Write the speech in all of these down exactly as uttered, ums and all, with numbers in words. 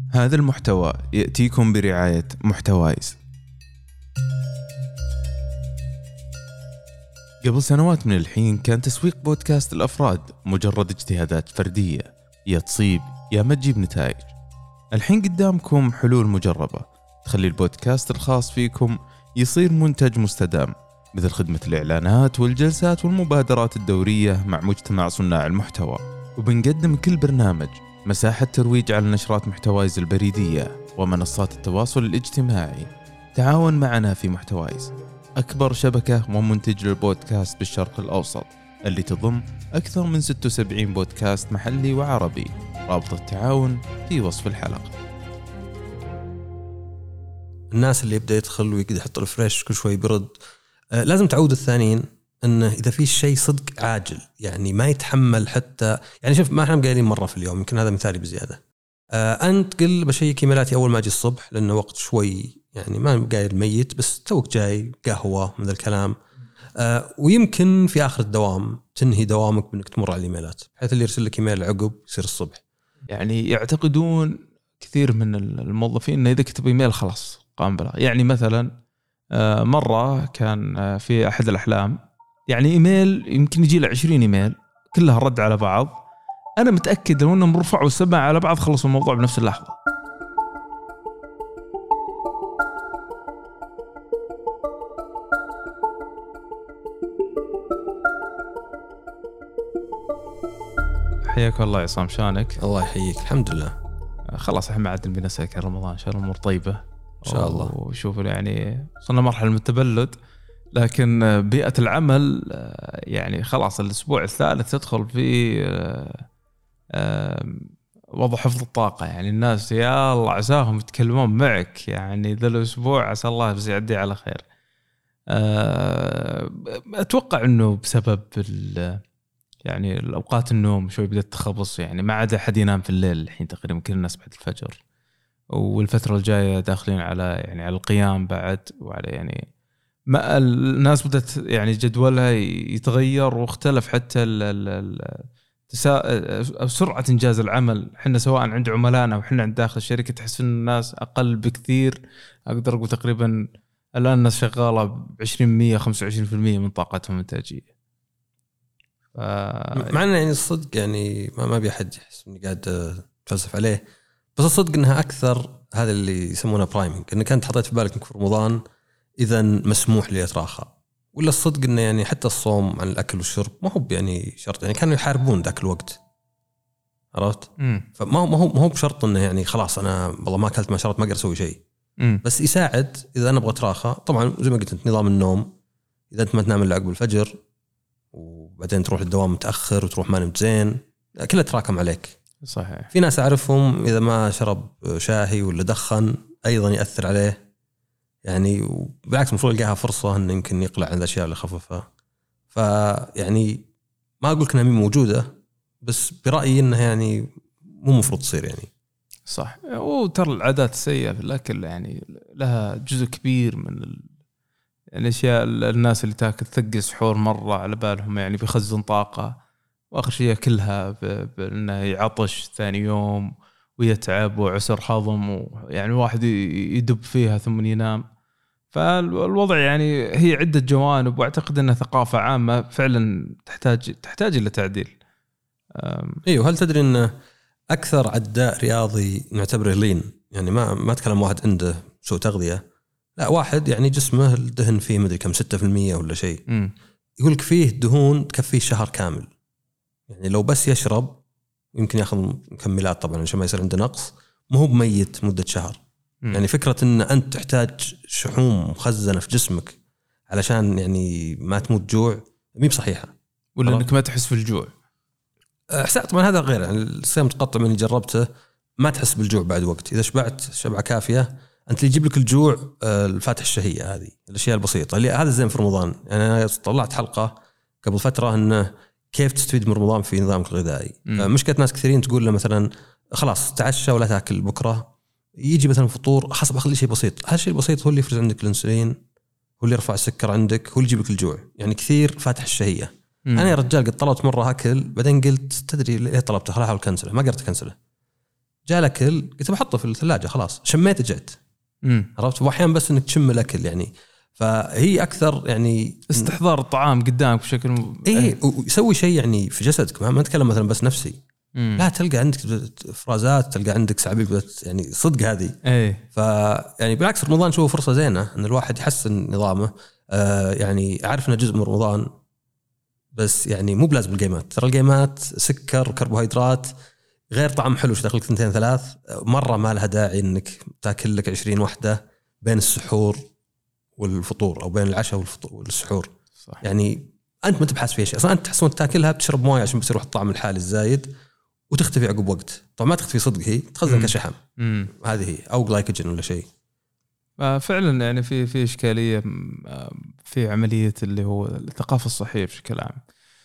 هذا المحتوى يأتيكم برعاية محتوايز. قبل سنوات من الحين كان تسويق بودكاست الأفراد مجرد اجتهادات فردية، يا تصيب يا ما تجيب نتائج. الحين قدامكم حلول مجربة تخلي البودكاست الخاص فيكم يصير منتج مستدام، مثل خدمة الإعلانات والجلسات والمبادرات الدورية مع مجتمع صناع المحتوى. وبنقدم كل برنامج مساحة ترويج على نشرات محتوايز البريدية ومنصات التواصل الاجتماعي. تعاون معنا في محتوايز، أكبر شبكة ومنتج للبودكاست بالشرق الأوسط، اللي تضم أكثر من ستة وسبعين بودكاست محلي وعربي. رابط التعاون في وصف الحلقة. الناس اللي يبدأ يدخل ويقدر يحط الفريش كل شوي برد، آه لازم تعود الثانيين إنه إذا في شيء صدق عاجل، يعني ما يتحمل حتى، يعني شوف ما إحنا قايلين مرة في اليوم، يمكن هذا مثالي بزيادة. آه أنت قل بشيك إيميلاتي أول ما أجي الصبح، لأنه وقت شوي يعني ما قايل ميت، بس توك جاي قهوة من ذا الكلام. آه ويمكن في آخر الدوام تنهي دوامك بأنك تمر على الإيميلات، بحيث اللي يرسل لك إيميل عقب يصير الصبح. يعني يعتقدون كثير من الموظفين إن إذا كتب إيميل خلاص قام بلا. يعني مثلا آه مرة كان آه في أحد الأحلام، يعني إيميل يمكن يجي له عشرين إيميل كلها رد على بعض. أنا متأكد لو أنهم رفعوا السماعة على بعض خلصوا الموضوع بنفس اللحظة. حياك الله يا عصام، شانك؟ الله يحييك. الحمد لله. خلاص احنا معدل بنا سكر رمضان، ان شاء الله الامور طيبه ان شاء الله. وشوفوا يعني وصلنا مرحله من التبلد، لكن بيئه العمل يعني خلاص الاسبوع الثالث تدخل في وضع حفظ الطاقه. يعني الناس يا الله عساهم يتكلمون معك، يعني ذا الاسبوع عسى الله بس يعدي على خير. اتوقع انه بسبب يعني الأوقات النوم شوي بدأت تخبص، يعني ما عاد أحد ينام في الليل الحين تقريبا كل الناس بعد الفجر، والفترة الجاية داخلين على يعني على القيام بعد، وعلى يعني ما الناس بدأت يعني جدولها يتغير، واختلف حتى ال ال تسا... سرعة إنجاز العمل. حنا سواء عند عملائنا وحنا عند داخل الشركة تحس إن الناس أقل بكثير. أقدر أقول تقريبا الآن الناس شغالة بعشرين مية خمسة وعشرين في المية من طاقتهم الإنتاجية. ف... معنى يعني الصدق يعني ما ما بي أحد يحس إني قاعد أتفلسف عليه، بس الصدق إنها أكثر هذا اللي يسمونه برايمينج، إنك أنت حطيت في بالك إنك في رمضان إذا مسموح لي أتراخى. ولا الصدق إنه يعني حتى الصوم عن الأكل والشرب ما هو يعني شرط، يعني كانوا يحاربون ذاك الوقت، عرفت؟ مم. فما هو ما هو ما هو بشرط إنه يعني خلاص أنا والله ما أكلت ما شربت ما أقدر أسوي شيء. مم. بس يساعد إذا أنا أبغى أتراخى. طبعا زي ما قلت أنت نظام النوم، إذا أنت ما تنام إلا عقب الفجر وبعدين تروح الدوام متأخر وتروح ما نمت زين، كله تراكم عليك. صحيح. في ناس أعرفهم إذا ما شرب شاهي ولا دخن أيضا يأثر عليه، يعني بالعكس المفروض يلقاها فرصة إنه يمكن يقلع عن الأشياء اللي خففها. فيعني ما أقول كنا مين موجودة، بس برأيي إنها يعني مو مفروض تصير يعني. صح. وترى العادات السيئة في الأكل يعني لها جزء كبير من ال... الأشياء. الناس اللي تاكل ثقل سحور مرة على بالهم يعني بيخزن طاقة، وآخر شيء كلها بأنه يعطش ثاني يوم ويتعب وعسر هضم، ويعني واحد يدب فيها ثم ينام. فالوضع يعني هي عدة جوانب، واعتقد أنها ثقافة عامة فعلا تحتاج تحتاج إلى تعديل. ايوه. هل تدري ان اكثر عداء رياضي نعتبره لين، يعني ما ما اتكلم واحد عنده سوء تغذية، لا واحد يعني جسمه الدهن فيه مدري كم ستة في المية ولا شيء، يقول لك فيه دهون تكفيه شهر كامل. يعني لو بس يشرب يمكن ياخذ مكملات طبعا عشان ما يصير عنده نقص، ما هو بميت مدة شهر. مم. يعني فكرة ان انت تحتاج شحوم مخزنة في جسمك علشان يعني ما تموت جوع مي بصحيحة، ولا انك ما تحس بالجوع. احسن طبعا هذا غير، يعني الصيام متقطع من اللي جربته ما تحس بالجوع بعد وقت. اذا شبعت شبعة كافية انت اللي يجيب لك الجوع الفاتح الشهية، هذه الاشياء البسيطة اللي هذا زين في رمضان. يعني انا طلعت حلقة قبل فترة انه كيف تستفيد من رمضان في نظامك الغذائي. مشكلة ناس كثيرين تقول له مثلا خلاص تعشى ولا تاكل بكرة، يجي مثلا فطور حسب اخذ شيء بسيط. هالشيء البسيط هو اللي يفرز عندك الانسولين، هو اللي يرفع السكر عندك، هو اللي يجيب لك الجوع. يعني كثير فاتح الشهية. مم. انا يا رجال قد طلبت مرة اكل بعدين قلت تدري ليه طلبته، خلاص احاول كنسله، ما قدرت كنسله. جاء الاكل قلت بحطه في الثلاجه خلاص شميته جت امم عرفت. واحيانا بس انك تشم الاكل يعني، فهي اكثر يعني استحضار الطعام قدامك بشكل م... ايه ويسوي شيء يعني في جسدك. ما نتكلم مثلا بس نفسي، مم. لا تلقى عندك افرازات، تلقى عندك سعابيل يعني صدق هذه. ايه ف يعني بالعكس رمضان شوفه فرصه زينه ان الواحد يحسن نظامه. آه يعني عارف انه جزء من رمضان، بس يعني مو بلازم الجيمات. ترى الجيمات سكر كربوهيدرات غير طعم حلو داخلك ثنتين ثلاث مره، ما لها داعي انك تاكل لك عشرين وحده بين السحور والفطور او بين العشاء والفطور والسحور. صح. يعني انت ما تبحث فيها شيء اصلا، انت تحس وانت تاكلها بتشرب مويه عشان بس يروح الطعم الحالي الزايد وتختفي عقب وقت. طبعا ما تختفي صدق، هي تخزن كشحم. امم هذه هي او جلايكوجين ولا شيء. فعلا يعني في في اشكاليه في عمليه اللي هو الثقافه الصحيه بشكل عام.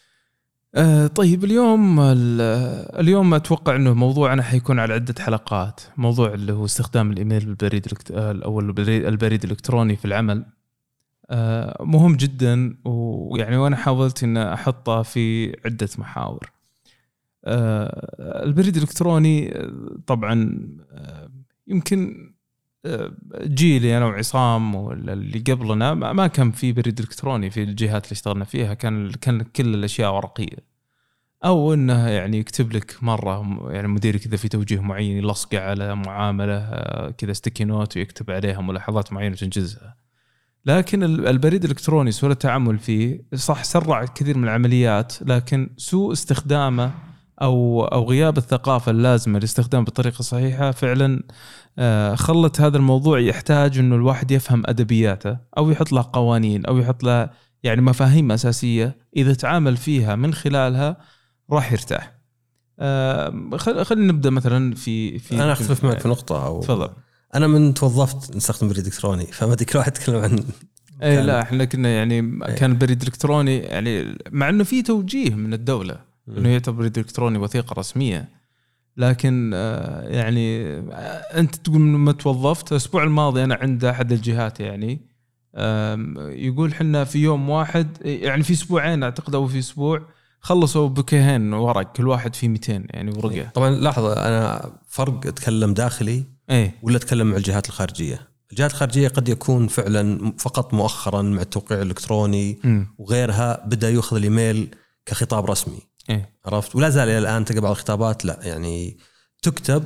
آه طيب اليوم اليوم اتوقع انه موضوعنا حيكون على عده حلقات. موضوع اللي هو استخدام الايميل بالبريد او البريد الالكتروني في العمل آه مهم جدا، ويعني وانا حاولت ان احطه في عده محاور. آه البريد الالكتروني طبعا آه يمكن جيلي أنا وعصام واللي قبلنا ما كان في بريد إلكتروني في الجهات اللي اشتغلنا فيها. كان كان كل الأشياء ورقية، أو إنه يعني يكتب لك مرة يعني مديرك كذا في توجيه معين يلصق على معاملة كذا ستيكي نوت ويكتب عليها ملاحظات معينة وتنجزها. لكن البريد الإلكتروني سهولة التعامل فيه صح سرع كثير من العمليات، لكن سوء استخدامه أو أو غياب الثقافة اللازمة لاستخدام بطريقة صحيحة فعلا خلت هذا الموضوع يحتاج إنه الواحد يفهم أدبياته أو يحط له قوانين أو يحط له يعني مفاهيم أساسية إذا تعامل فيها من خلالها راح يرتاح. خلينا نبدأ مثلا في في أنا أختلف معك في نقطة. أو تفضل. أنا من توظفت نستخدم بريد إلكتروني، فما أدري كل واحد يتكلم عن اي لا احنا كنا يعني كان بريد الكتروني يعني مع انه في توجيه من الدوله انه يعتبر بريد الكتروني وثيقه رسميه، لكن يعني انت تقول ما توظفت. الاسبوع الماضي انا عند احد الجهات يعني يقول حنا في يوم واحد يعني في اسبوعين اعتقد او في اسبوع خلصوا بكيهين ورق كل واحد فيه مئتين يعني ورقه. طبعا لحظه انا فرق اتكلم داخلي ايه ولا اتكلم مع الجهات الخارجيه. الجهات الخارجيه قد يكون فعلا فقط مؤخرا مع التوقيع الالكتروني م. وغيرها بدا ياخذ الايميل كخطاب رسمي. إيه؟ عرفت؟ ولا زال الان تلقى بعض الخطابات لا يعني تكتب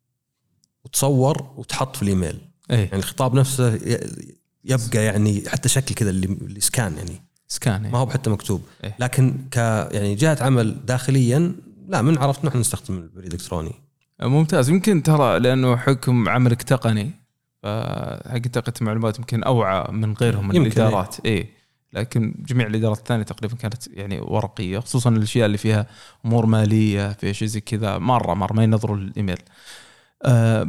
وتصور وتحط في الايميل. إيه؟ يعني الخطاب نفسه يبقى يعني حتى شكل كذا اللي, اللي سكان يعني سكان إيه؟ ما هو حتى مكتوب. إيه؟ لكن ك يعني جهه عمل داخليا لا من عرفت نحن نستخدم البريد الالكتروني. ممتاز. يمكن ترى لانه حكم عملك تقني فحقيقة المعلومات يمكن اوعى من غيرهم من الادارات. ايه, إيه. لكن جميع الادارات الثانيه تقريبا كانت يعني ورقيه، خصوصا الاشياء اللي فيها امور ماليه في شيء زي كذا مره مره ما ينظروا للايميل. آه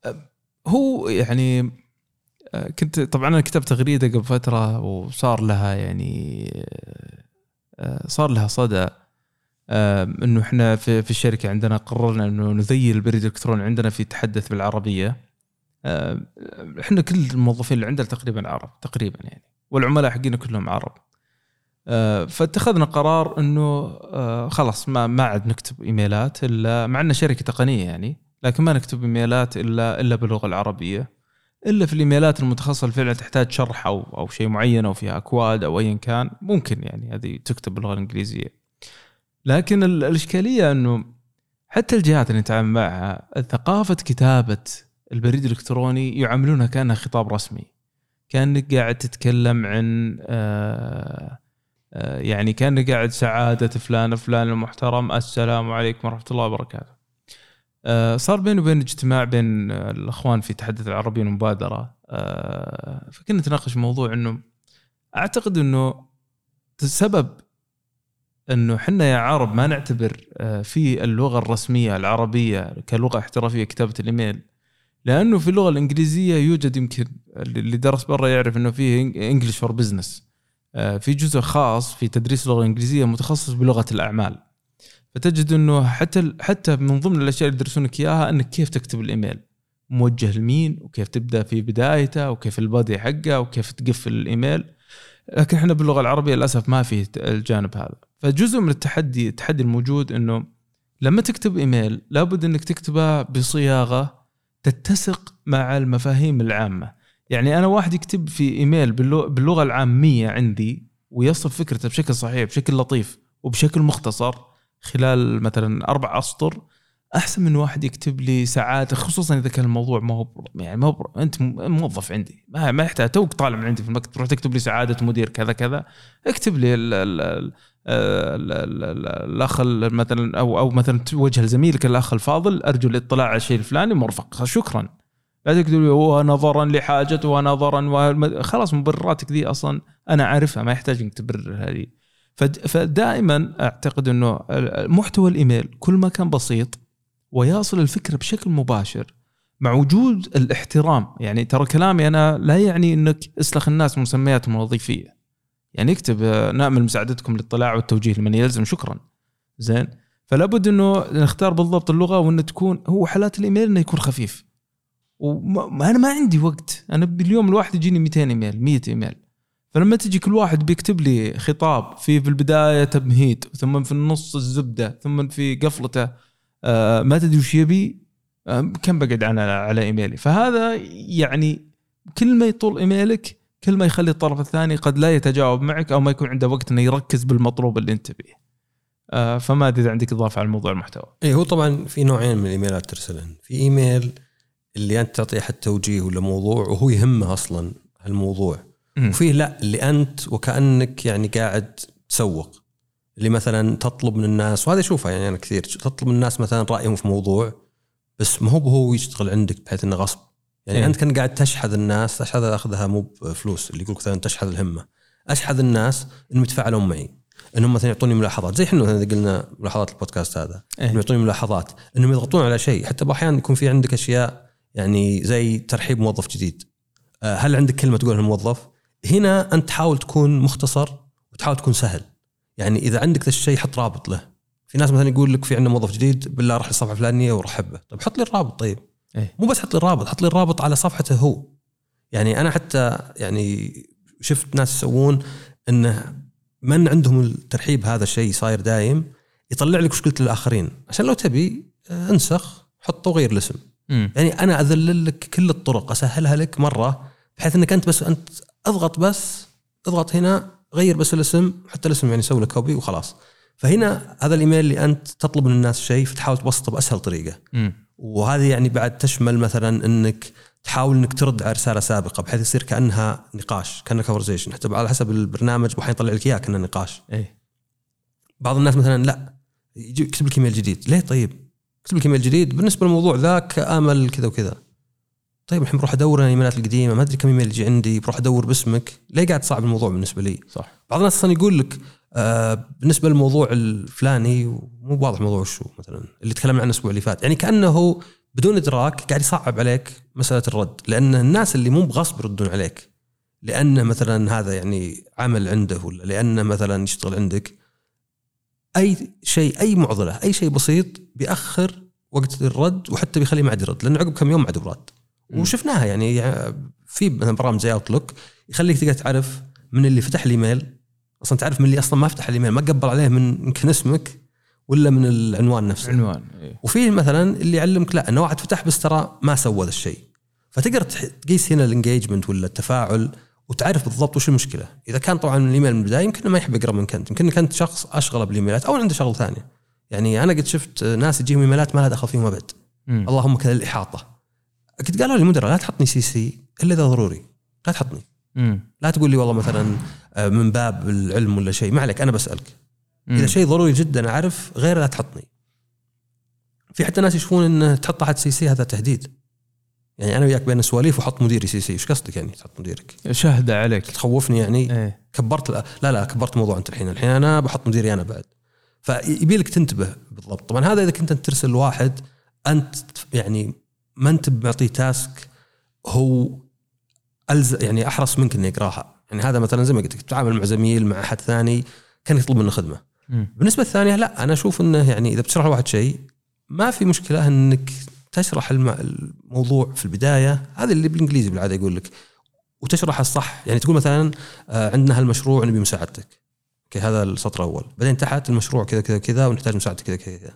هو يعني آه كنت طبعا انا كتبت تغريده قبل فتره وصار لها يعني آه صار لها صدى. آه انه احنا في, في الشركه عندنا قررنا انه نذيل البريد الالكتروني عندنا في تحدث بالعربيه. آه احنا كل الموظفين اللي عندنا تقريبا عرب تقريبا يعني، والعملاء حقين كلهم عرب. آه فاتخذنا قرار انه آه خلاص ما ما عاد نكتب ايميلات الا مع اننا شركه تقنيه يعني، لكن ما نكتب ايميلات الا الا باللغه العربيه، الا في الايميلات المتخصصه فعلا تحتاج شرح او او شيء معين او فيها اكواد او ايا كان ممكن يعني هذه تكتب باللغه الانجليزيه. لكن الاشكاليه انه حتى الجهات اللي نتعامل معها ثقافه كتابه البريد الالكتروني يعاملونها كانها خطاب رسمي، كانك قاعد تتكلم عن آآ آآ يعني كانك قاعد سعادة فلان فلان المحترم السلام عليكم ورحمة الله وبركاته. صار بيني وبين اجتماع بين الأخوان في تحدث العربية المبادرة، فكنا نتناقش موضوع أنه أعتقد أنه السبب أنه حنا يا عرب ما نعتبر في اللغة الرسمية العربية كلغة احترافية كتابة الإيميل، لأنه في اللغة الإنجليزية يوجد يمكن اللي درس برا يعرف أنه فيه English for Business، في جزء خاص في تدريس اللغة الإنجليزية متخصص بلغة الأعمال. فتجد أنه حتى حتى من ضمن الأشياء اللي يدرسونك إياها أنك كيف تكتب الإيميل موجه لمين وكيف تبدأ في بدايته وكيف البادي حقه وكيف تقفل الإيميل. لكن إحنا باللغة العربية للأسف ما فيه الجانب هذا. فجزء من التحدي التحدي الموجود أنه لما تكتب إيميل لابد أنك تكتبه بصياغة تتسق مع المفاهيم العامة. يعني أنا واحد يكتب في إيميل باللغة العامية عندي ويصف فكرته بشكل صحيح بشكل لطيف وبشكل مختصر خلال مثلا أربع أسطر أحسن من واحد يكتب لي ساعات، خصوصا إذا كان الموضوع ما هو يعني ما هو أنت موظف عندي ما ما يحتاج توك طالع من عندي في المكتب تروح تكتب لي سعادة مدير كذا كذا. اكتب لي ال ال ال الأخ مثلا أو أو مثلا توجه لزميلك الأخ الفاضل أرجو الاطلاع على الشيء الفلاني مرفق شكرا. لا تكتب لي هو نظرا لحاجة ونظرا خلاص مبرراتك دي أصلا أنا عارفها ما يحتاج إنك تبرر هذه. فدائما أعتقد إنه محتوى الإيميل كل ما كان بسيط ويصل الفكرة بشكل مباشر مع وجود الاحترام. يعني ترى كلامي أنا لا يعني إنك اسلخ الناس مسمياتهم الوظيفية، يعني اكتب نأمل مساعدتكم للاطلاع والتوجيه لمن يلزم شكرا زين. فلا بد إنه نختار بالضبط اللغة وإن تكون هو حالات الإيميل إنه يكون خفيف. وما أنا ما عندي وقت، أنا باليوم الواحد يجيني مئتين إيميل مية إيميل، فلما تجي كل واحد بيكتب لي خطاب في في البداية تمهيد ثم في النص الزبدة ثم في قفلته آه ما تدري وش يبي آه كم بقعد أنا على إيميلي. فهذا يعني كل ما يطول إيميلك كل ما يخلي الطرف الثاني قد لا يتجاوب معك أو ما يكون عنده وقت إنه يركز بالمطلوب اللي أنت بيه. آه فما أدري إذا عندك إضافة على الموضوع المحتوى. إيه هو طبعا في نوعين من الإيميلات ترسلن. في إيميل اللي أنت تعطيه حتى توجيه ولا موضوع وهو يهمه أصلا هالموضوع، وفيه لا اللي أنت وكأنك يعني قاعد تسوق، اللي مثلا تطلب من الناس، وهذا شوفها يعني أنا كثير تطلب من الناس مثلا رأيهم في موضوع بس ما هو هو يشتغل عندك بحيث إنه غصب يعني م. أنت كان قاعد تشحذ الناس. تشحذ أخذها مو بفلوس، اللي يقولك مثلا تشحذ الهمة، أشحذ الناس إنهم يتفاعلون معي، إنهم مثلا يعطوني ملاحظات زي إحنا إذا قلنا ملاحظات البودكاست هذا م. إنهم يعطوني ملاحظات، إنهم يضغطون على شيء. حتى بأحيان يكون في عندك أشياء يعني زي ترحيب موظف جديد، هل عندك كلمة تقولها للموظف؟ هنا أنت تحاول تكون مختصر وتحاول تكون سهل. يعني إذا عندك ذا الشيء حط رابط له. في ناس مثلا يقول لك في عندنا موظف جديد بالله راح للصفحة الفلانية ورحب به، طيب حط لي الرابط. طيب إيه؟ مو بس حط لي الرابط، حط لي الرابط على صفحته هو. يعني أنا حتى يعني شفت ناس يسوون إنه من عندهم الترحيب هذا الشيء صاير دايم يطلع لك وش قلت للآخرين، عشان لو تبي انسخ حط وغير الاسم. م. يعني أنا أذلل لك كل الطرق أسهلها لك مرة بحيث إنك أنت بس أنت اضغط بس اضغط هنا غير بس الاسم، حتى الاسم يعني سوي لك كوبي وخلاص. فهنا هذا الإيميل اللي أنت تطلب من الناس شيء فتحاول تبسطه بأسهل طريقة. م. وهذه يعني بعد تشمل مثلا إنك تحاول إنك ترد على رسالة سابقة بحيث يصير كأنها نقاش، كأنها كونفرسيشن، حتى على حسب البرنامج بحين يطلع لك إياه كأنه نقاش. إيه؟ بعض الناس مثلا لا يجي يكتب لك إيميل جديد، ليه؟ طيب يكتب لك إيميل جديد بالنسبة للموضوع ذاك آمل كذا وكذا. طيب الحين بروح أدور أنا الإيميلات القديمة ما أدري كم إيميل يجي عندي، بروح أدور باسمك، ليه قاعد صعب الموضوع بالنسبة لي؟ صح. بعض الناس أصلا يقول لك آه بالنسبة للموضوع الفلاني مو واضح موضوع وشو مثلا اللي تكلمنا عنه الأسبوع اللي فات، يعني كأنه بدون إدراك قاعد يصعب عليك مسألة الرد، لأن الناس اللي مو بغصب يردون عليك لأن مثلا هذا يعني عمل عنده ولا لأن مثلا يشتغل عندك، أي شيء أي معضلة أي شيء بسيط بيأخر وقت الرد وحتى بيخليه ما عاد يرد، لأنه عقب كم يوم ما عاد يرد. وشفناها يعني في برامج زي اوتلوك يخليك تقدر تعرف من اللي فتح الايميل اصلا، تعرف من اللي اصلا ما فتح الايميل ما قبل عليه من يمكن اسمك ولا من العنوان نفسه عنوان. إيه؟ وفي مثلا اللي يعلمك لا انه واحد فتح بس ترى ما سوى هذا الشيء، فتقدر تقيس هنا الانجيجمنت ولا التفاعل وتعرف بالضبط وش المشكله. اذا كان طبعا من الايميل من البدايه يمكن ما يحب يقرا منك انت، يمكن كنت شخص اشغل بالايميلات او عنده شغل ثاني. يعني انا قد شفت ناس يجيهم ايميلات ما لها دخل فيهم ابد، اللهم كذا الاحاطه. كنت قالوا لي مدير لا تحطني سي سي الا اذا ضروري، لا تحطني. مم. لا تقول لي والله مثلا من باب العلم ولا شيء، ما عليك انا بسالك. مم. اذا شيء ضروري جدا اعرف غير لا تحطني. في حتى ناس يشوفون ان تحط تحت سي سي هذا تهديد، يعني انا وياك بين سواليف وحط مديري سي سي، ايش قصدك يعني تحط مديرك؟ شهده عليك تخوفني يعني. ايه. كبرت لا لا كبرت موضوع انت الحين الحين انا بحط مديري انا بعد، فيبي لك تنتبه بالضبط. طبعا هذا اذا كنت ترسل واحد انت يعني ما انت معطيه تاسك هو ألز يعني احرص منك انه يقراها. يعني هذا مثلا زي ما قلت تتعامل مع زميل مع احد ثاني كان يطلب منه خدمه. م. بالنسبه الثانيه لا انا اشوف انه يعني اذا بتشرح لواحد شيء ما في مشكله انك تشرح الموضوع في البدايه، هذا اللي بالانجليزي بالعاده يقول لك، وتشرح الصح. يعني تقول مثلا عندنا هالمشروع نبي مساعدتك، اوكي هذا السطر الاول، بعدين تحت المشروع كذا كذا كذا ونحتاج مساعدتك كذا كذا كذا.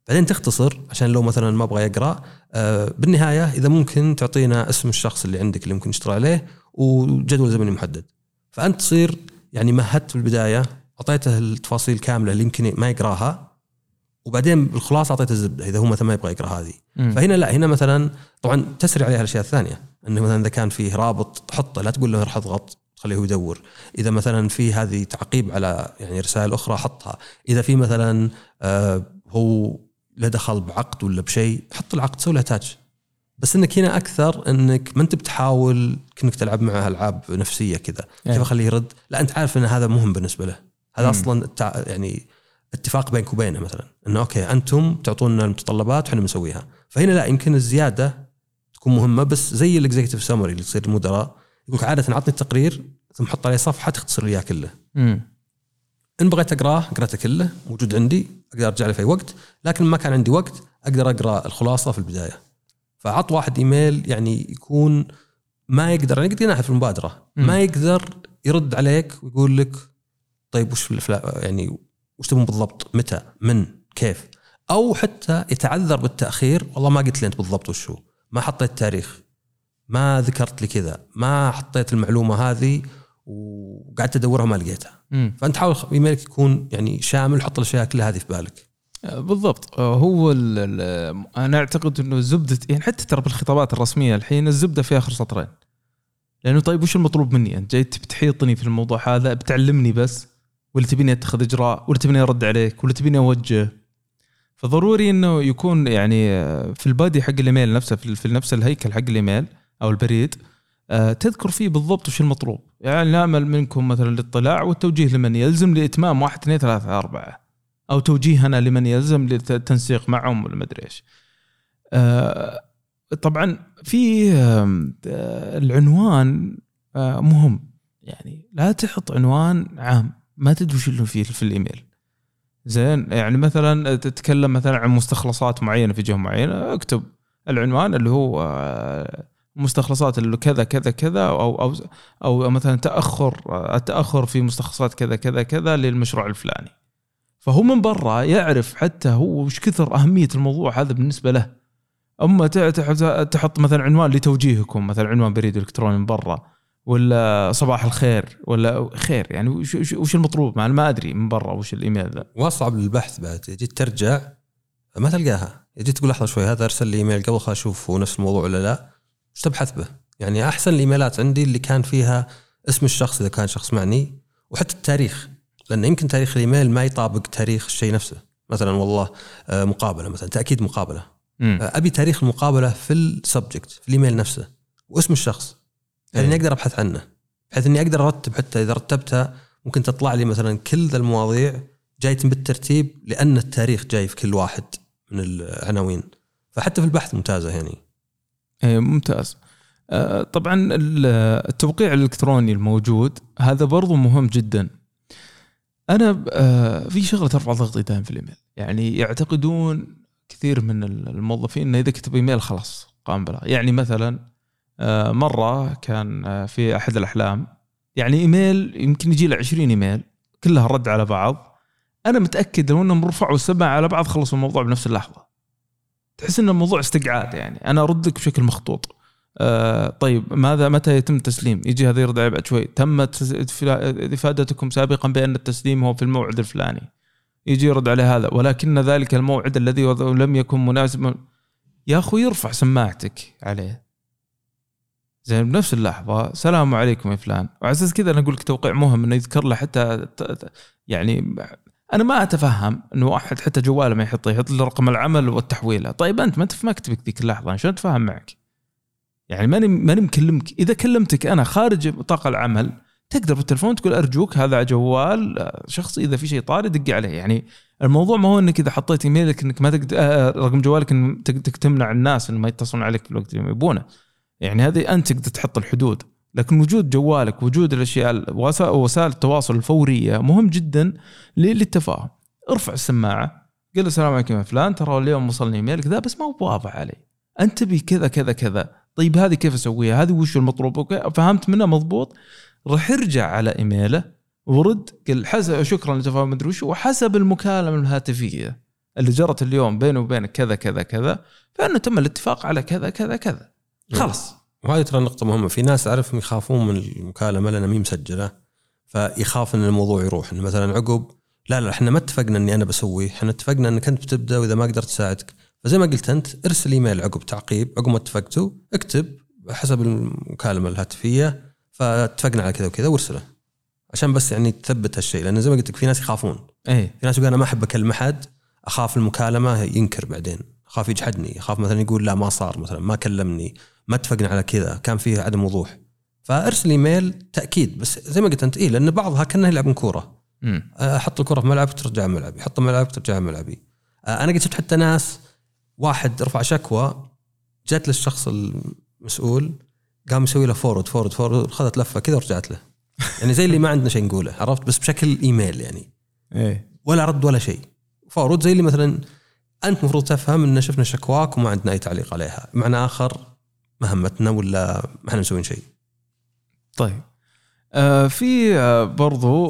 بعدين تختصر عشان لو مثلا ما أبغى يقرأ. آه بالنهاية إذا ممكن تعطينا اسم الشخص اللي عندك اللي ممكن نشتغل عليه وجدول زمني محدد، فأنت تصير يعني مهدت في البداية، أعطيته التفاصيل كاملة اللي يمكن ما يقراها، وبعدين بالخلاص أعطيته الزبدة إذا هو مثلا ما يبغى يقرأ هذه. م. فهنا لا، هنا مثلا طبعا تسري عليها الأشياء الثانية، أنه مثلا إذا كان فيه رابط تحطه، لا تقول له راح أضغط، خليه يدور. إذا مثلا في هذه تعقيب على يعني رسائل أخرى حطها. إذا في مثلا آه هو له دخل بعقد ولا بشيء، حط العقد، سوي له تاتش. بس إنك هنا أكثر إنك ما أنت بتحاول كأنك تلعب معه ألعاب نفسية كذا كيف أخليه يرد، لا أنت عارف إن هذا مهم بالنسبة له. هذا م. أصلا يعني اتفاق بينك وبينه مثلا إنه أوكي أنتم تعطونا المتطلبات وحنا بنسويها. فهنا لا، يمكن الزيادة تكون مهمة، بس زي الإكزيكتيف سامري اللي تصير المدراء يقولك عادة عطني التقرير ثم حط عليه صفحة تختصر لي إياه كله. م. إن بغيت أقرأه قرأته كله موجود عندي، أقدر أرجع له في أي وقت، لكن ما كان عندي وقت أقدر أقرأ الخلاصة في البداية. فعط واحد إيميل يعني يكون ما يقدر، يعني قد في المبادرة م. ما يقدر يرد عليك ويقول لك طيب وش يعني وش تبون بالضبط، متى، من، كيف، أو حتى يتعذر بالتأخير، والله ما قلت لي أنت بالضبط وشو، ما حطيت تاريخ، ما ذكرت لي كذا، ما حطيت المعلومة هذه وقعدت أدورها ما لقيتها. م. فأنت حاول إيميلك يكون يعني شامل، حط الأشياء كلها هذه في بالك. بالضبط. هو أنا أعتقد إنه الزبدة يعني حتى ترى بالخطابات الرسمية الحين الزبدة في آخر سطرين، لأنه طيب وش المطلوب مني؟ أنت جاي تحيطني في الموضوع هذا، بتعلمني بس، ولا تبيني أتخذ إجراء، ولا تبيني أرد عليك، ولا تبيني أوجه؟ فضروري إنه يكون يعني في البادي حق الإيميل نفسه، في نفس الهيكل حق الإيميل أو البريد، تذكر فيه بالضبط وش المطلوب. يعني نأمل منكم مثلا الاطلاع والتوجيه لمن يلزم لإتمام واحد اثنين ثلاثة أربعة، أو توجيهنا لمن يلزم للتنسيق معهم ولا مدري إيش. آه طبعا في آه العنوان آه مهم، يعني لا تحط عنوان عام ما تدري وش اللي فيه في الإيميل. زين، يعني مثلا تتكلم مثلا عن مستخلصات معينة في جهة معينة، اكتب العنوان اللي هو آه مستخلصات اللي كذا كذا كذا، أو أو أو مثلا تأخر التأخر في مستخلصات كذا كذا كذا للمشروع الفلاني. فهو من برا يعرف حتى هو وش كثر أهمية الموضوع هذا بالنسبة له. أما تحط مثلا عنوان لتوجيهكم، مثلا عنوان بريد إلكتروني من برا، ولا صباح الخير ولا خير، يعني وش, وش, وش المطلوب؟ ما ما أدري من برا وش الإيميل ذا. واصعب للبحث بعد، جيت ترجع ما تلقاها، جيت تقول لحظة شوي هذا أرسل لي إيميل قبل، خل أشوف هو نفس الموضوع ولا لا، وش تبحث به. يعني أحسن الإيميلات عندي اللي كان فيها اسم الشخص إذا كان شخص معني، وحتى التاريخ، لأن يمكن تاريخ الإيميل ما يطابق تاريخ الشيء نفسه. مثلا والله مقابلة مثلا، تأكيد مقابلة، م. أبي تاريخ المقابلة في السبجكت في الإيميل نفسه واسم الشخص، يعني أقدر أبحث عنه، بحيث إني أقدر أرتب. حتى إذا رتبتها ممكن تطلع لي مثلا كل ذا المواضيع جاية بالترتيب، لأن التاريخ جاي في كل واحد من العناوين. فحتى في البحث ممتازة يعني. إيه ممتاز. آه طبعا التوقيع الإلكتروني الموجود هذا برضو مهم جدا. أنا آه في شغلة ترفع ضغطي دائما في الإيميل، يعني يعتقدون كثير من الموظفين إن إذا كتب إيميل خلاص قام بلا. يعني مثلا آه مرة كان آه في أحد الأحلام يعني إيميل يمكن يجي له عشرين إيميل كلها رد على بعض، أنا متأكد لو أنهم رفعوا السبعة على بعض خلصوا الموضوع بنفس اللحظة. تحس إن الموضوع استقعاد، يعني أنا أردك بشكل مخطوط. آه طيب ماذا متى يتم التسليم؟ يجي هذا يرد عليه بعد شوي، تمت إفادتكم سابقا بأن التسليم هو في الموعد الفلاني، يجي يرد عليه هذا ولكن ذلك الموعد الذي لم يكن مناسبا. يا أخوي يرفع سماعتك عليه زين بنفس اللحظة، السلام عليكم يا فلان. وعساس كذا أنا أقول لك توقيع مهم إنه يذكر له حتى يعني أنا ما أتفهم إنه واحد حتى جواله ما يحط يحط له رقم العمل والتحويله. طيب أنت ما أنت في مكتبك ذيك اللحظة شو أتفهم معك؟ يعني ماني ماني مكلمك. إذا كلمتك أنا خارج نطاق العمل تقدر بالتلفون تقول أرجوك هذا جوال شخص إذا في شيء طارئ دق عليه. يعني الموضوع ما هو إنك إذا حطيت إيميلك إنك ما تقدر رقم جوالك إنك تمنع الناس إن ما يتصلون عليك في الوقت اللي يبونه. يعني هذه أنت تقدر تحط الحدود، لكن وجود جوالك وجود الأشياء وسائل التواصل الفورية مهم جدا للتفاهم. ارفع السماعة قل السلام عليكم يا فلان، ترى اليوم وصلني إيميلك ذا بس ما هو واضح علي، أنت بي كذا كذا كذا. طيب هذه كيف أسويها؟ هذه وش المطلوب؟ فهمت منها مضبوط، رح ارجع على إيميله ورد قل حسب شكرا لتفاهم مدري وش، وحسب المكالمة الهاتفية اللي جرت اليوم بينه وبينك كذا كذا كذا، فانه تم الاتفاق على كذا كذا كذا خلاص. وهذه ترى نقطة مهمة. في ناس أعرفهم يخافون من المكالمة لأنها مي مسجلة، فيخاف ان الموضوع يروح إن مثلا عقب لا لا احنا ما اتفقنا اني انا بسوي، احنا اتفقنا انك انت بتبدا واذا ما قدرت اساعدك. فزي ما قلت انت ارسل ايميل عقب تعقيب، عقب ما اتفقتوا اكتب حسب المكالمه الهاتفيه فاتفقنا على كذا وكذا وارسله، عشان بس يعني تثبت هالشيء. لان زي ما قلت لك في ناس يخافون، ايه في ناس يقول انا ما احب اكلم احد، اخاف المكالمه ينكر بعدين، اخاف يجحدني، اخاف مثلا يقول لا ما صار، مثلا ما كلمني، ما اتفقنا على كذا، كان فيه عدم وضوح. فارسل ايميل تاكيد. بس زي ما قلت انت ايه، لان بعضها كانه يلعبون كوره، احط الكره في ملعبك ترجع ملعبي، احط ملعبك ترجع ملعبي. انا قد شفت حتى ناس واحد رفع شكوى جات للشخص المسؤول قام يسوي له فورورد فورورد فورورد، خذت لفه كذا ورجعت له، يعني زي اللي ما عندنا شيء نقوله، عرفت؟ بس بشكل ايميل يعني ايه ولا رد ولا شيء. فورورد زي اللي مثلا انت مفروض تفهم ان شفنا شكواك وما عندنا اي تعليق عليها، معنى اخر مهمتنا ولا ما احنا مسوين شيء. طيب آه في آه برضو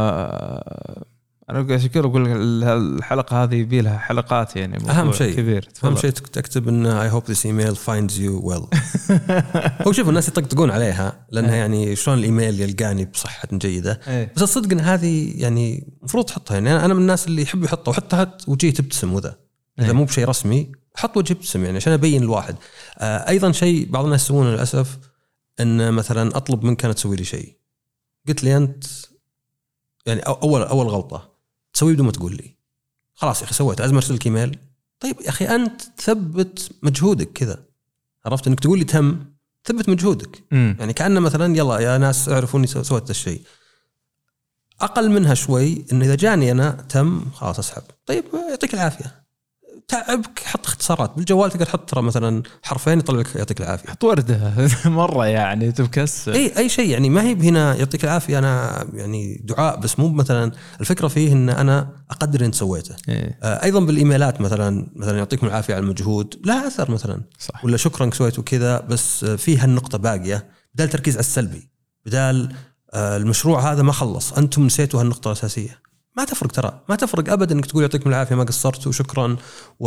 آه انا قاعد اشكر اقول الحلقه هذه يبي لها حلقات يعني اهم شيء كبير. اهم شيء تكتب ان I hope this email finds you well. هو شوف الناس يطقطقون عليها لانها يعني شلون الايميل يلقاني بصحه جيده، بس الصدق ان هذه يعني المفروض تحطها. يعني انا من الناس اللي يحب يحطها، وحتى حط وجهي تبتسم، وذا اذا مو بشيء رسمي حط وجهي تبتسم يعني عشان ابين الواحد. آه ايضا شيء بعض الناس يسوونه للاسف، ان مثلا اطلب منك أنا تسوي لي شيء، قلت لي انت يعني اول اول غلطه تسوي بدون ما تقول لي، خلاص يا اخي سويت، لازم ارسل لك ايميل. طيب يا اخي انت ثبت مجهودك كذا، عرفت؟ انك تقول لي تم، ثبت مجهودك. م. يعني كأنه مثلا يلا يا ناس اعرفوا اني سويت الشيء. اقل منها شوي ان اذا جاني انا تم خلاص اسحب. طيب يعطيك العافيه، تعبك حط اختصارات بالجوال، تقدر تحط ترى مثلا حرفين يطلع لك يعطيك العافيه، حط ورده مره يعني تبكس اي اي شيء. يعني ما هي هنا يعطيك العافيه انا يعني دعاء بس، مو مثلا الفكره فيه ان انا اقدر ان سويته. إيه. آه ايضا بالايميلات مثلا مثلا يعطيكم العافيه على المجهود لا اثر مثلا صح. ولا شكرا سويت وكذا، بس فيها النقطه باقيه، بدال تركيز على السلبي، بدال آه المشروع هذا ما خلص انتم نسيتوا هالنقطه الاساسيه. ما تفرق ترى، ما تفرق ابدا انك تقول يعطيكم العافيه ما قصرتوا وشكرا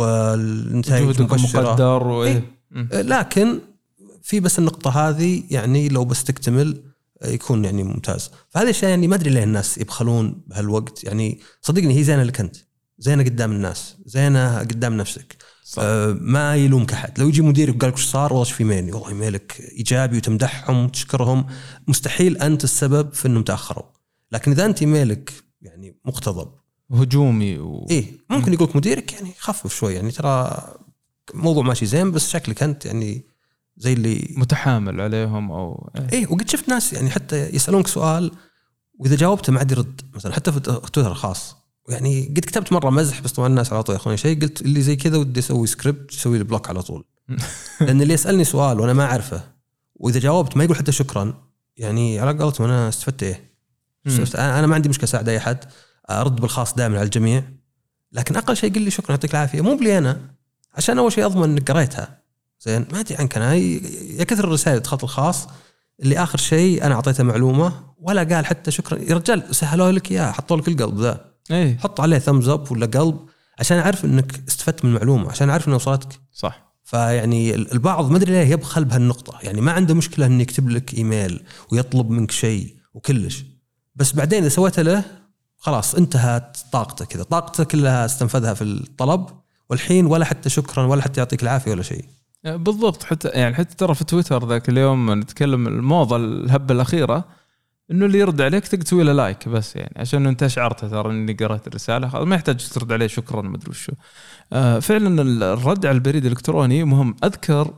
والنتائج مقدر وإيه. إيه؟ لكن في بس النقطه هذه يعني لو بس تكتمل يكون يعني ممتاز. فهذه الشيء يعني ما ادري ليه الناس يبخلون بهالوقت. يعني صدقني هي زينه لك انت، زينه قدام الناس، زينه قدام نفسك. آه ما يلومك احد. لو يجي مديرك وقال لك ايش صار والله في ميلي، والله ميلك ايجابي وتمدحهم وتشكرهم، مستحيل انت السبب في انهم تاخروا. لكن اذا انت ميلك يعني مقتضب هجومي و... ايه ممكن يقولك مديرك يعني خفف شوي، يعني ترى موضوع ماشي زين بس شكلك انت يعني زي اللي متحامل عليهم او ايه, إيه وقد شفت ناس يعني حتى يسألونك سؤال واذا جاوبته ما عاد يرد، مثلا حتى في تويتر خاص. يعني قد كتبت مره مزح بس طبعا الناس على طول ياخذون شيء، قلت اللي زي كذا ودي اسوي سكريبت يسوي لي بلوك على طول. لان اللي يسالني سؤال وانا ما اعرفه واذا جاوبت ما يقول حتى شكرا، يعني على قولتهم انا استفدت ايه؟ انا ما عندي مشكله اساعد اي احد، ارد بالخاص دائما على الجميع، لكن اقل شيء قل لي شكرا يعطيك العافيه، مو بلي انا، عشان اول شيء اضمن انك قريتها زين. ما ادري عنك انا يا كثر الرسائل دخلت الخاص اللي اخر شيء انا اعطيته معلومه ولا قال حتى شكرا. يا رجال سهلوا لك اياه، حطوا لك القلب ذا، ايه حط عليه ثمز اب ولا قلب عشان اعرف انك استفدت من المعلومه، عشان اعرف انها وصلتك صح. فيعني البعض ما ادري ليه يبخل بهالنقطه، يعني ما عنده مشكله انه يكتب لك ايميل ويطلب منك شيء وكلش، بس بعدين اذا سويته له خلاص انتهت طاقته كذا، طاقته كلها استنفذها في الطلب، والحين ولا حتى شكرا ولا حتى يعطيك العافيه ولا شيء. بالضبط. حتى يعني حتى ترى في تويتر ذاك اليوم نتكلم الموضة الهبة الأخيرة إنه اللي يرد عليك تقدر تسوي له لايك بس، يعني عشان أنت شعرت ترى إني قرأت الرسالة خلاص ما يحتاج ترد عليه شكرا ما أدري وشو. آه فعلا الرد على البريد الإلكتروني مهم. أذكر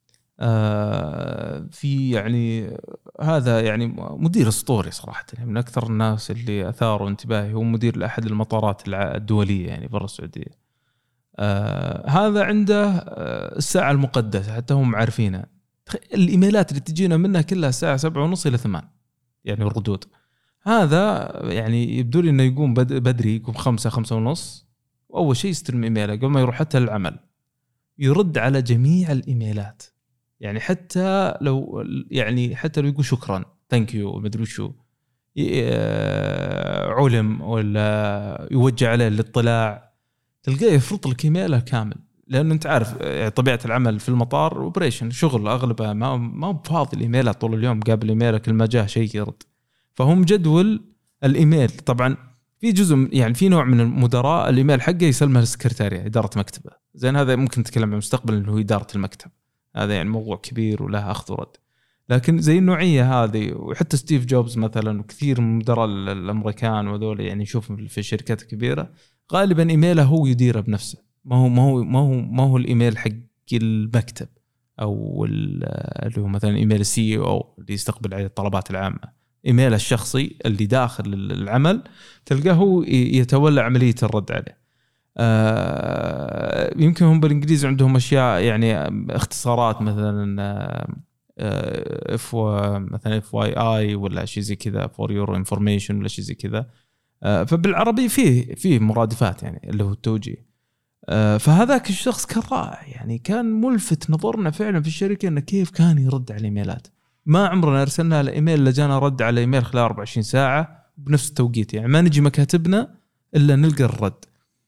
آه في يعني هذا يعني مدير أسطوري صراحة، يعني من أكثر الناس اللي أثاروا انتباهي، هو مدير لأحد المطارات الدولية يعني برا السعودية. آه هذا عنده آه الساعة المقدسة حتى هم عارفينها. الإيميلات اللي تجينا منها كلها الساعة سبعة ونص إلى ثمان يعني الردود. هذا يعني يبدو لي إنه يقوم بدري، يقوم خمسة خمسة ونص، وأول شيء يستلم إيميله قبل ما يروح حتى العمل، يرد على جميع الإيميلات. يعني حتى لو يعني حتى لو يقول شكرا ثانك يو ما أدري شو علم ولا يوجه عليه الاطلاع، تلقاه يفرط لك ايميله كامل، لانه انت عارف يعني طبيعه العمل في المطار اوبريشن شغل اغلبها ما ما هو فاضي الايميلات طول اليوم، قابل ايميلك كل ما جاء شيء يرد. فهو مجدول الايميل. طبعا في جزء يعني في نوع من المدراء الايميل حقه يسلمه للسكرتاريه اداره مكتبه، زين هذا ممكن نتكلم عن المستقبل اللي هو اداره المكتب، هذا يعني موضوع كبير وله اخذ ورد. لكن زي النوعيه هذه، وحتى ستيف جوبز مثلا وكثير من مدراء الامريكان وذول يعني نشوف في الشركات الكبيره غالبا ايميله هو يديره بنفسه، ما هو ما هو ما هو ما هو الايميل حق المكتب او اللي هو مثلا ايميل السي او اللي يستقبل عليه الطلبات العامه. ايميل الشخصي اللي داخل العمل تلقاه هو يتولى عمليه الرد عليه. آه يمكن هم بالانجليزي عندهم اشياء يعني اختصارات مثلا اف مثلا اف واي اي ولا شيء زي كذا فور يور انفورميشن ولا شيء زي كذا. آه فبالعربي فيه فيه مرادفات يعني اللي هو التوجيه. آه فهذاك الشخص كان رائع يعني، كان ملفت نظرنا فعلا في الشركه انه كيف كان يرد على الايميلات. ما عمرنا ارسلنا على ايميل اللي جانا رد على ايميل خلال أربعة وعشرين ساعه بنفس التوقيت، يعني ما نجي مكاتبنا الا نلقى الرد.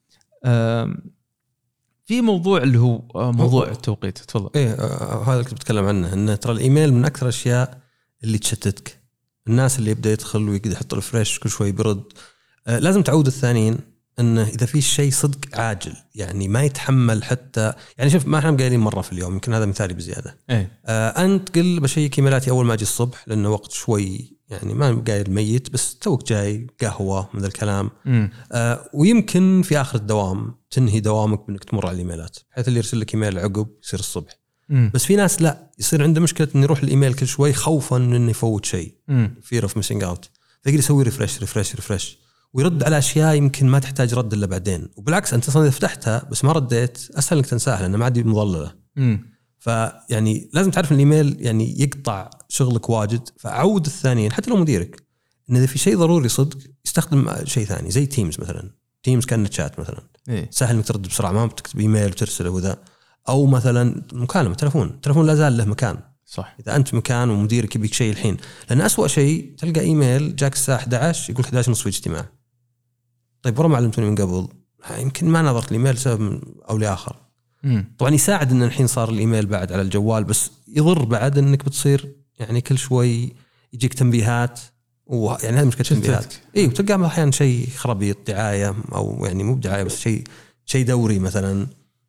في موضوع اللي هو موضوع التوقيت، تفضل. ايه هذا اللي كنت بتكلم عنه، ان ترى الايميل من اكثر الاشياء اللي تشتتك. الناس اللي يبدا يدخل ويقدر يحط ريفرش كل شوي برد، آه لازم تعود الثانيين انه اذا في شيء صدق عاجل يعني ما يتحمل حتى يعني شوف ما احنا قايلين مره في اليوم، يمكن هذا مثالي بزياده. ايه آه انت قل بشيك ايميلاتي اول ما اجي الصبح لانه وقت شوي يعني ما قايل ميت، بس توك جاي قهوه من ذا الكلام. آه ويمكن في اخر الدوام تنهي دوامك بانك تمر على الايميلات، بحيث اللي يرسل لك ايميل عقب يصير الصبح. مم. بس في ناس لا، يصير عنده مشكله انه يروح الايميل كل شوي خوفا انه يفوت شيء، فير اوف ميسنج اوت، فيقدر يسوي ريفرش ريفرش ريفرش ويرد على اشياء يمكن ما تحتاج رد الا بعدين. وبالعكس انت اصلا اذا فتحتها بس ما رديت اسهل انك تنساها لانها ما عاد مظلله. فيعني لازم تعرف الايميل يعني يقطع شغلك واجد. فعود الثانيين حتى لو مديرك ان اذا في شيء ضروري صدق يستخدم شيء ثاني زي تيمز مثلا. تيمز كان تشات مثلا، إيه؟ سهل انك ترد بسرعه، ما بتكتب ايميل وترسله وذا. او مثلا مكالمه تلفون، التلفون لا زال له مكان. صح. اذا انت مكان ومديرك يبيك شيء الحين، لان أسوأ شيء تلقى ايميل جاك الساعه إحدى عشر يقول إحدى عشر ونص في اجتماع. طيب ورا ما علمتوني من قبل، يمكن ما نظرت الايميل سبب او لاخر. مم. طبعا يساعد ان الحين صار الايميل بعد على الجوال، بس يضر بعد انك بتصير يعني كل شوي يجيك تنبيهات، ويعني هذه مشكله تنبيهات. اي وتلقى احيانا شيء خرابيط دعايه، او يعني مو بدعايه بس شيء شيء دوري مثلا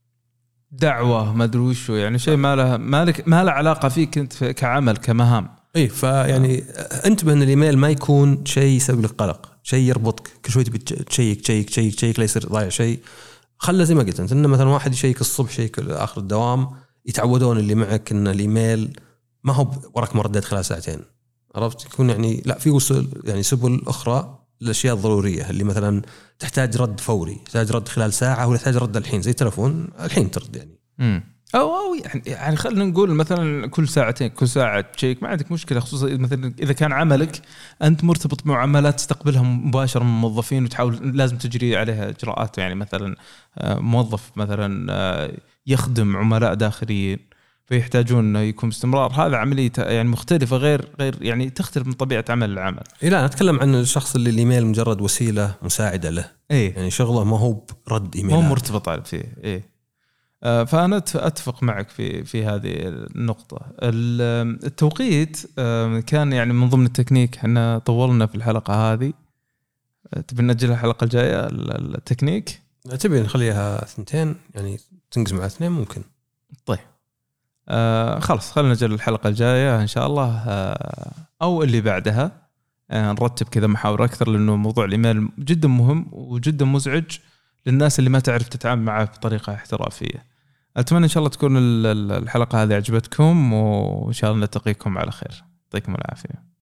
دعوه ما ادري وشو، يعني شيء ما له مالك ما له علاقه فيك انت كعمل كمهام. اي فيعني آه. انتبه ان الايميل ما يكون شيء يسبب لك قلق، شيء يربطك كل شوي تبي تشيك تشيك تشيك تشيك لا يصير ضايع شيء. خله زي ما قلت انت، انه مثلا واحد يشيك الصبح شيك اخر الدوام، يتعودون اللي معك ان الايميل ما هو وراك مردات خلال ساعتين، عرفت؟ يكون يعني لا في وسل يعني سبل اخرى الاشياء الضروريه اللي مثلا تحتاج رد فوري، تحتاج رد خلال ساعه ولا تحتاج رد الحين، زي التلفون الحين ترد يعني. امم او او يعني يعني خلينا نقول مثلا كل ساعتين كل ساعه تشيك ما عندك مشكله، خصوصا مثلا اذا كان عملك انت مرتبط بمعاملات تستقبلها مباشره من الموظفين وتحاول لازم تجري عليها اجراءات. يعني مثلا موظف مثلا يخدم عملاء داخليين فيحتاجون يكون باستمرار، هذا عمليه يعني مختلفه غير غير يعني تختلف من طبيعه عمل العمل. إيه لا نتكلم عن الشخص اللي الايميل مجرد وسيله مساعده له. إيه؟ يعني شغله ما هو برد ايميل، مو مرتبط على فيه. إيه؟ فأنا أتفق معك في في هذه النقطة. التوقيت كان يعني من ضمن التكنيك، احنا طولنا في الحلقة هذه، تبي نأجل الحلقة الجاية التكنيك؟ تبي نخليها ثنتين يعني تنقز مع اثنين ممكن. طيب آه خلاص خلينا نأجل الحلقة الجاية إن شاء الله، آه أو اللي بعدها آه نرتب كذا محاور أكثر، لأنه موضوع الإيميل جدا مهم وجدا مزعج للناس اللي ما تعرف تتعامل معه بطريقة احترافية. أتمنى إن شاء الله تكون الحلقة هذه عجبتكم، وإن شاء الله نلتقيكم على خير. يعطيكم العافية.